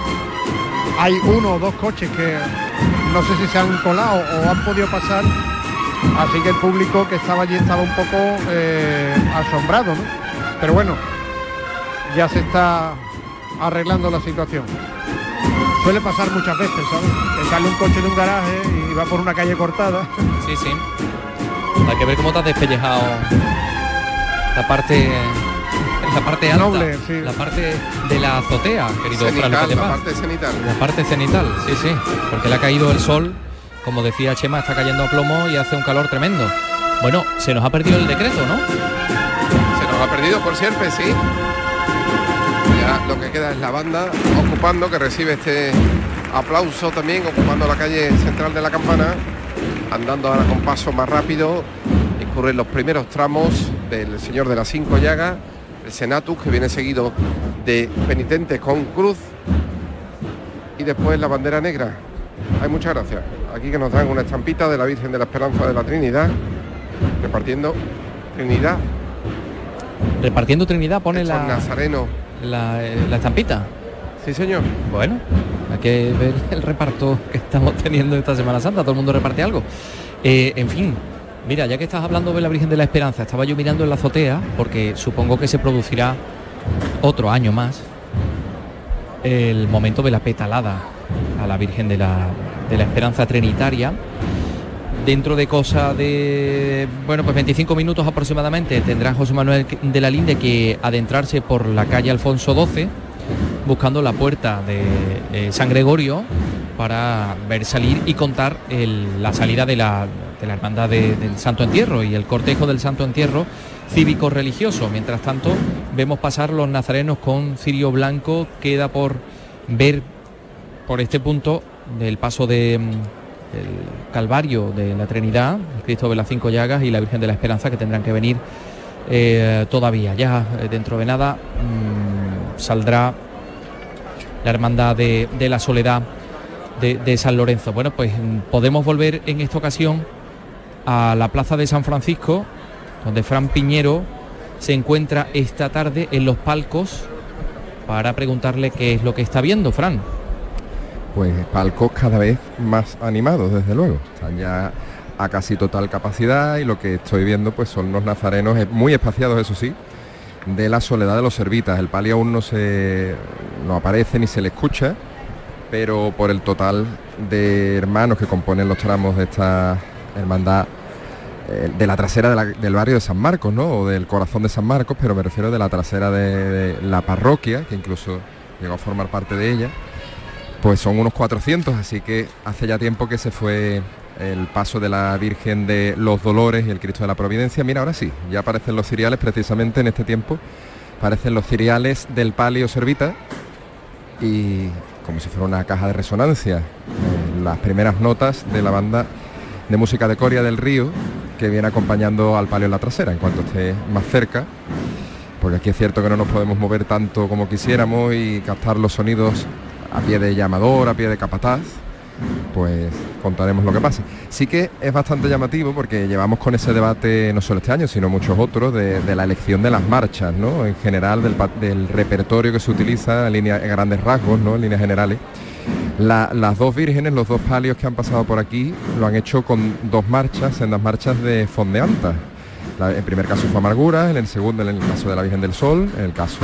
hay 1 o 2 coches que no sé si se han colado o han podido pasar, así que el público que estaba allí estaba un poco asombrado, ¿no? Pero bueno, ya se está arreglando la situación. Suele pasar muchas veces, ¿sabes? Que sale un coche de un garaje y va por una calle cortada. Sí, sí. Hay que ver cómo te has despellejado la parte alta, noble, sí. La parte de la azotea, querido cenital, Fran. la parte cenital. La parte cenital, sí, sí. Porque le ha caído el sol, como decía Chema, está cayendo a plomo y hace un calor tremendo. Bueno, se nos ha perdido el decreto, ¿no? Se nos ha perdido por siempre, sí. Ya lo que queda es la banda ocupando, que recibe este aplauso también, ocupando la calle central de la Campana, andando ahora con paso más rápido. Discurren los primeros tramos del Señor de las 5 Llagas, el Senatus, que viene seguido de penitentes con cruz, y después la bandera negra. Hay muchas gracias. Aquí que nos dan una estampita de la Virgen de la Esperanza de la Trinidad, repartiendo Trinidad. Repartiendo Trinidad, pone la nazareno. La estampita. Sí, señor. Bueno, hay que ver el reparto que estamos teniendo esta Semana Santa. Todo el mundo reparte algo. En fin, mira, ya que estás hablando de la Virgen de la Esperanza, estaba yo mirando en la azotea, porque supongo que se producirá otro año más el momento de la petalada a la Virgen de la Esperanza Trinitaria. Dentro de cosa de, bueno, pues 25 minutos aproximadamente tendrá José Manuel de la Linde que adentrarse por la calle Alfonso XII buscando la puerta de San Gregorio para ver salir y contar la salida de la hermandad del Santo Entierro y el cortejo del Santo Entierro cívico-religioso. Mientras tanto vemos pasar los nazarenos con cirio blanco. Queda por ver por este punto del paso del Calvario de la Trinidad, el Cristo de las 5 Llagas y la Virgen de la Esperanza, que tendrán que venir todavía. Ya dentro de nada saldrá la hermandad de la Soledad de San Lorenzo. Bueno, pues podemos volver en esta ocasión a la plaza de San Francisco, donde Fran Piñero se encuentra esta tarde en los palcos para preguntarle qué es lo que está viendo. Fran. Pues palcos cada vez más animados, desde luego. Están ya a casi total capacidad y lo que estoy viendo pues son los nazarenos muy espaciados, eso sí, de la Soledad de los Servitas. El palio aún no aparece ni se le escucha, pero por el total de hermanos que componen los tramos de esta hermandad, de la trasera del barrio de San Marcos, ¿no? O del corazón de San Marcos, pero me refiero de la trasera de la parroquia, que incluso llegó a formar parte de ella. Pues son unos 400, así que hace ya tiempo que se fue el paso de la Virgen de los Dolores y el Cristo de la Providencia. Mira, ahora sí, ya aparecen los ciriales, precisamente en este tiempo, aparecen los ciriales del palio Servita, y como si fuera una caja de resonancia, las primeras notas de la banda de música de Coria del Río, que viene acompañando al palio en la trasera en cuanto esté más cerca, porque aquí es cierto que no nos podemos mover tanto como quisiéramos y captar los sonidos a pie de llamador, a pie de capataz. Pues contaremos lo que pasa. Sí que es bastante llamativo porque llevamos con ese debate no solo este año, sino muchos otros, de la elección de las marchas, ¿no? En general, del repertorio que se utiliza en grandes rasgos, ¿no? En líneas generales. Las dos vírgenes, los dos palios que han pasado por aquí, lo han hecho con dos marchas, en las marchas de Fondeanta. En primer caso fue Amargura, en el segundo, en el caso de la Virgen del Sol, en el caso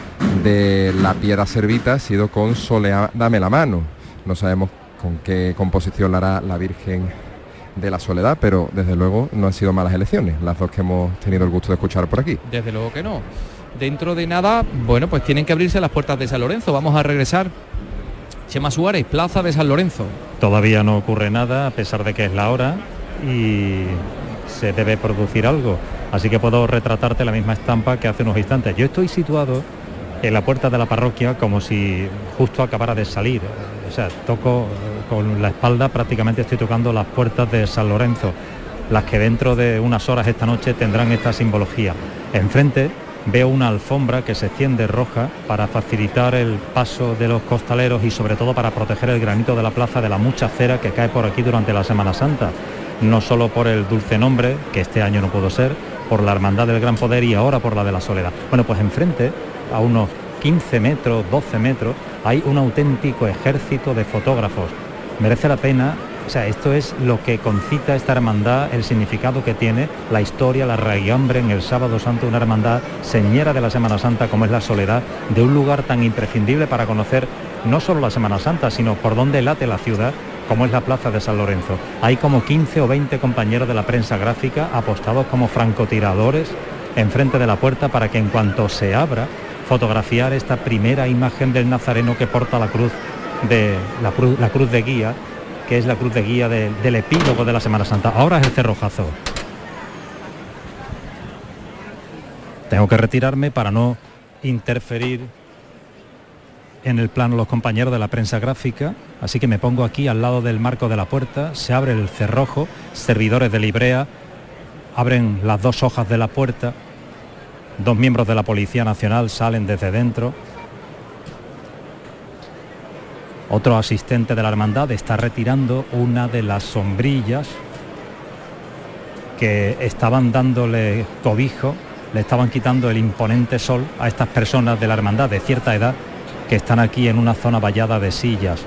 de la Piedra Servita ha sido con Soleá, dame la mano. No sabemos con qué composición la hará la Virgen de la Soledad, pero desde luego no han sido malas elecciones, las dos que hemos tenido el gusto de escuchar por aquí. Desde luego que no. Dentro de nada, bueno, pues tienen que abrirse las puertas de San Lorenzo. Vamos a regresar. Chema Suárez, Plaza de San Lorenzo. Todavía no ocurre nada, a pesar de que es la hora y se debe producir algo. Así que puedo retratarte la misma estampa que hace unos instantes. Yo estoy situado en la puerta de la parroquia como si justo acabara de salir. O sea, toco con la espalda, prácticamente estoy tocando las puertas de San Lorenzo, las que dentro de unas horas esta noche tendrán esta simbología. Enfrente veo una alfombra que se extiende roja para facilitar el paso de los costaleros y sobre todo para proteger el granito de la plaza de la mucha cera que cae por aquí durante la Semana Santa. No solo por el dulce nombre, que este año no pudo ser, por la Hermandad del Gran Poder y ahora por la de la Soledad. Bueno, pues enfrente, a unos 15 metros, 12 metros, hay un auténtico ejército de fotógrafos. Merece la pena, o sea, esto es lo que concita esta hermandad, el significado que tiene, la historia, la raigambre en el Sábado Santo, una hermandad señera de la Semana Santa como es la Soledad, de un lugar tan imprescindible para conocer no solo la Semana Santa, sino por donde late la ciudad, como es la Plaza de San Lorenzo. Hay como 15 o 20 compañeros de la prensa gráfica apostados como francotiradores enfrente de la puerta para que en cuanto se abra, fotografiar esta primera imagen del Nazareno que porta la cruz de guía, que es la cruz de guía del epílogo de la Semana Santa. Ahora es el cerrojazo. Tengo que retirarme para no interferir en el plano los compañeros de la prensa gráfica, así que me pongo aquí al lado del marco de la puerta, se abre el cerrojo, servidores de librea abren las dos hojas de la puerta, dos miembros de la Policía Nacional salen desde dentro, otro asistente de la hermandad está retirando una de las sombrillas que estaban dándole cobijo, le estaban quitando el imponente sol a estas personas de la hermandad de cierta edad que están aquí en una zona vallada de sillas.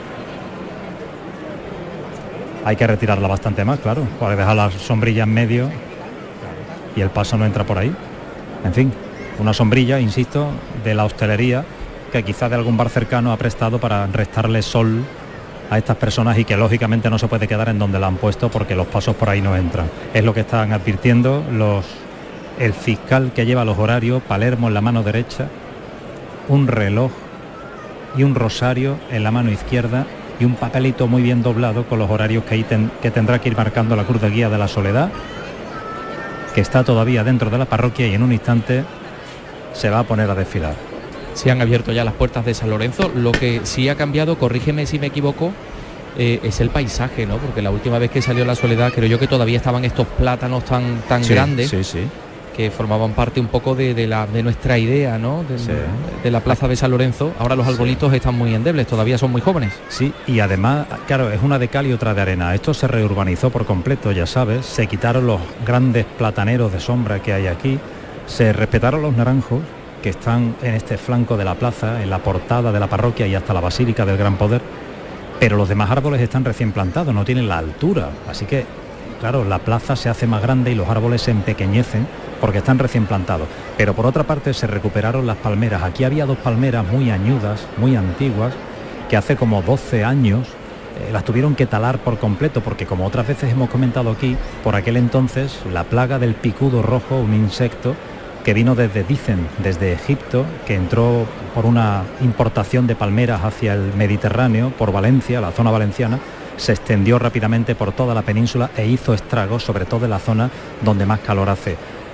Hay que retirarla bastante más, claro, para dejar la sombrilla en medio y el paso no entra por ahí. En fin, una sombrilla, insisto, de la hostelería que quizá de algún bar cercano ha prestado para restarle sol a estas personas y que lógicamente no se puede quedar en donde la han puesto porque los pasos por ahí no entran. Es lo que están advirtiendo el fiscal que lleva los horarios, Palermo en la mano derecha, un reloj y un rosario en la mano izquierda y un papelito muy bien doblado con los horarios que tendrá que ir marcando la cruz de guía de la Soledad, que está todavía dentro de la parroquia y en un instante se va a poner a desfilar. Se han abierto ya las puertas de San Lorenzo. Lo que sí ha cambiado, corrígeme si me equivoco, es el paisaje, ¿no? Porque la última vez que salió la Soledad creo yo que todavía estaban estos plátanos tan sí, grandes. Sí, sí. Que formaban parte un poco de nuestra idea, ¿no? De la Plaza de San Lorenzo. Ahora los arbolitos están muy endebles, todavía son muy jóvenes. Sí, y además, claro, es una de cal y otra de arena. Esto se reurbanizó por completo, ya sabes. Se quitaron los grandes plataneros de sombra que hay aquí. Se respetaron los naranjos que están en este flanco de la plaza, en la portada de la parroquia y hasta la Basílica del Gran Poder. Pero los demás árboles están recién plantados, no tienen la altura. Así que, claro, la plaza se hace más grande y los árboles se empequeñecen porque están recién plantados. Pero por otra parte se recuperaron las palmeras. Aquí había dos palmeras muy añudas, muy antiguas, que hace como 12 años las tuvieron que talar por completo, porque como otras veces hemos comentado aquí, por aquel entonces la plaga del picudo rojo, un insecto que vino desde Egipto, que entró por una importación de palmeras hacia el Mediterráneo, por Valencia, la zona valenciana, se extendió rápidamente por toda la península e hizo estragos, sobre todo en la zona donde más calor hace.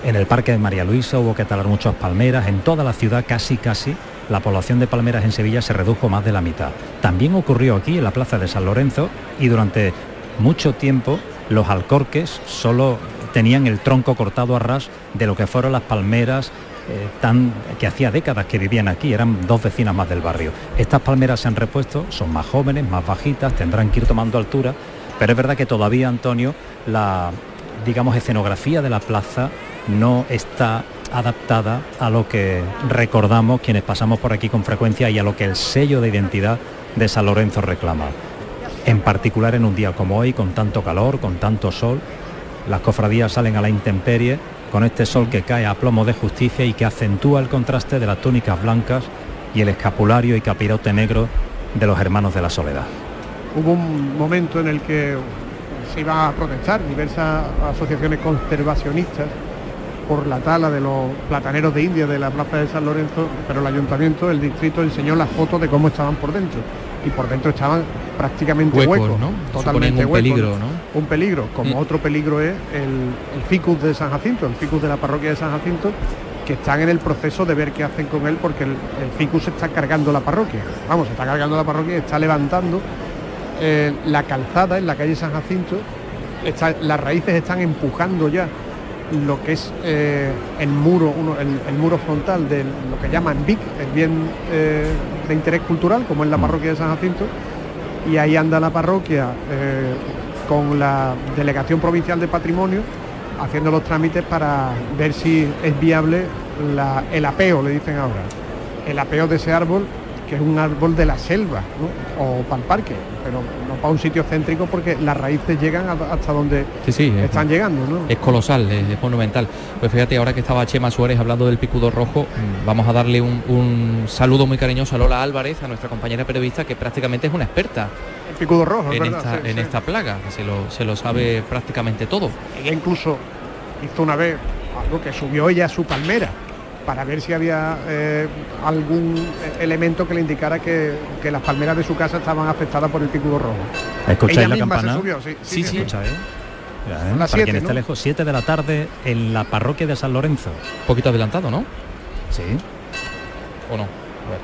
En el Parque de María Luisa hubo que talar muchas palmeras. En toda la ciudad casi la población de palmeras en Sevilla se redujo más de la mitad. También ocurrió aquí en la plaza de San Lorenzo, y durante mucho tiempo los alcorques solo tenían el tronco cortado a ras de lo que fueron las palmeras que hacía décadas que vivían aquí. Eran 2 vecinas más del barrio. Estas palmeras se han repuesto, son más jóvenes, más bajitas, tendrán que ir tomando altura, pero es verdad que todavía, Antonio, la, digamos, escenografía de la plaza no está adaptada a lo que recordamos quienes pasamos por aquí con frecuencia y a lo que el sello de identidad de San Lorenzo reclama. En particular en un día como hoy, con tanto calor, con tanto sol, las cofradías salen a la intemperie, con este sol que cae a plomo de justicia y que acentúa el contraste de las túnicas blancas y el escapulario y capirote negro de los hermanos de la Soledad. Hubo un momento en el que se iba a protestar diversas asociaciones conservacionistas por la tala de los plataneros de India de la plaza de San Lorenzo, pero el ayuntamiento, el distrito, enseñó las fotos de cómo estaban por dentro, y por dentro estaban prácticamente huecos, ¿no? Totalmente un huecos, peligro, ¿no? Un peligro, como otro peligro es el ficus de San Jacinto, el ficus de la parroquia de San Jacinto, que están en el proceso de ver qué hacen con él, porque el ficus se está cargando la parroquia, se está cargando la parroquia y está levantando la calzada en la calle San Jacinto. Las raíces están empujando ya lo que es el muro frontal de lo que llaman BIC, el bien de interés cultural, como es la parroquia de San Jacinto, y ahí anda la parroquia con la Delegación Provincial de Patrimonio haciendo los trámites para ver si es viable el apeo, le dicen ahora, el apeo de ese árbol, que es un árbol de la selva, ¿no? O para el parque, pero no para un sitio céntrico, porque las raíces llegan hasta donde están llegando, ¿no? Es colosal, es monumental. Pues fíjate, ahora que estaba Chema Suárez hablando del picudo rojo, vamos a darle un saludo muy cariñoso a Lola Álvarez, a nuestra compañera periodista, que prácticamente es una experta el picudo rojo, en esta plaga, se lo sabe prácticamente todo. Ella incluso hizo una vez algo, que subió ella a su palmera para ver si había algún elemento que le indicara que las palmeras de su casa estaban afectadas por el picudo rojo. ¿Escucháis la misma campana? Se subió, sí. ¿Escucháis? Para 7, quien ¿no? esté lejos, 7 de la tarde en la parroquia de San Lorenzo. Un poquito adelantado, ¿no? Sí. ¿O no?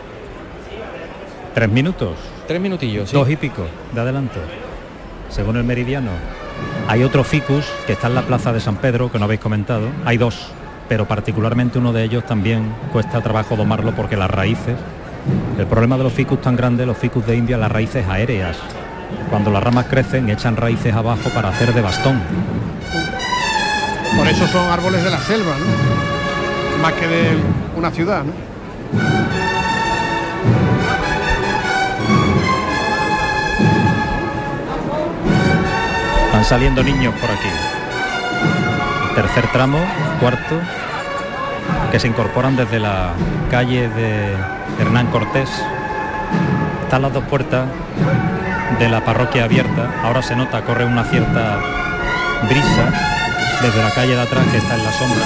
3 minutos. 3 minutillos, sí. 2 y pico de adelanto, según el meridiano. Hay otro ficus que está en la plaza de San Pedro, que no habéis comentado. Hay 2. Pero particularmente uno de ellos también cuesta trabajo domarlo, porque las raíces, el problema de los ficus tan grandes, los ficus de India, las raíces aéreas, cuando las ramas crecen echan raíces abajo para hacer de bastón. Por eso son árboles de la selva, ¿no? Más que de una ciudad, ¿no? Están saliendo niños por aquí. Tercer tramo, cuarto, que se incorporan desde la calle de Hernán Cortés. Están las 2 puertas de la parroquia abierta. Ahora se nota, corre una cierta brisa desde la calle de atrás, que está en la sombra.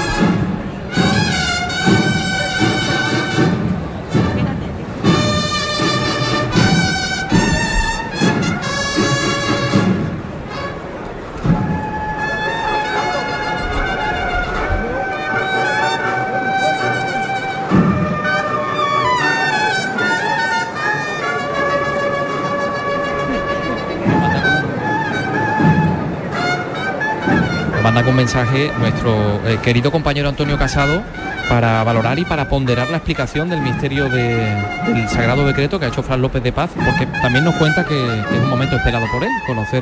Manda un mensaje nuestro querido compañero Antonio Casado para valorar y para ponderar la explicación del misterio del Sagrado Decreto que ha hecho Fran López de Paz, porque también nos cuenta que es un momento esperado por él, conocer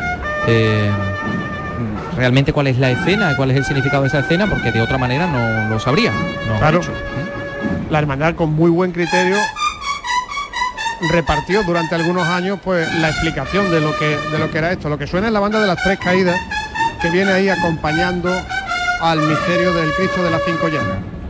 realmente cuál es la escena y cuál es el significado de esa escena, porque de otra manera no lo sabría. Claro, la hermandad, con muy buen criterio, repartió durante algunos años pues la explicación de lo que era esto. Lo que suena es la banda de las 3 caídas, que viene ahí acompañando al misterio del Cristo de las 5 llagas.